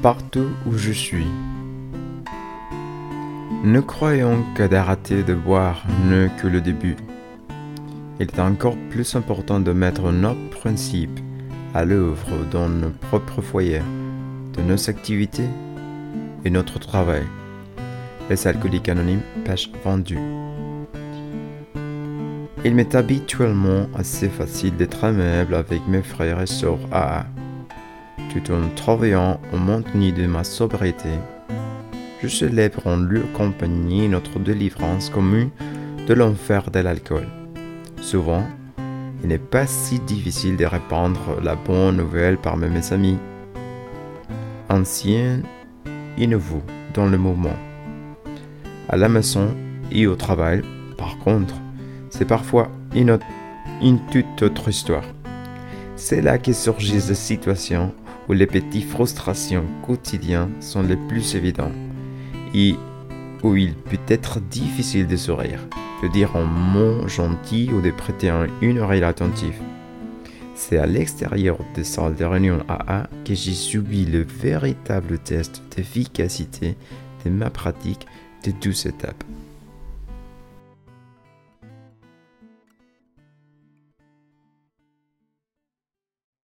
partout où je suis. Ne croyons que d'arrêter de boire n'est que le début. Il est encore plus important de mettre nos principes à l'œuvre dans nos propres foyers, de nos activités et notre travail. Les alcooliques anonymes, page vendue. Il m'est habituellement assez facile d'être aimable avec mes frères et sœurs AA, tout en travaillant au maintien de ma sobriété. Je célèbre en leur compagnie notre délivrance commune de l'enfer de l'alcool. Souvent, il n'est pas si difficile de répandre la bonne nouvelle parmi mes amis, anciens et nouveaux dans le mouvement. À la maison et au travail, par contre, c'est parfois une toute autre histoire. C'est là que surgissent des situations où les petites frustrations quotidiennes sont les plus évidentes et où il peut être difficile de sourire, de dire un mot gentil ou de prêter une oreille attentive. C'est à l'extérieur des salles de réunion AA que j'ai subi le véritable test d'efficacité de ma pratique de 12 étapes.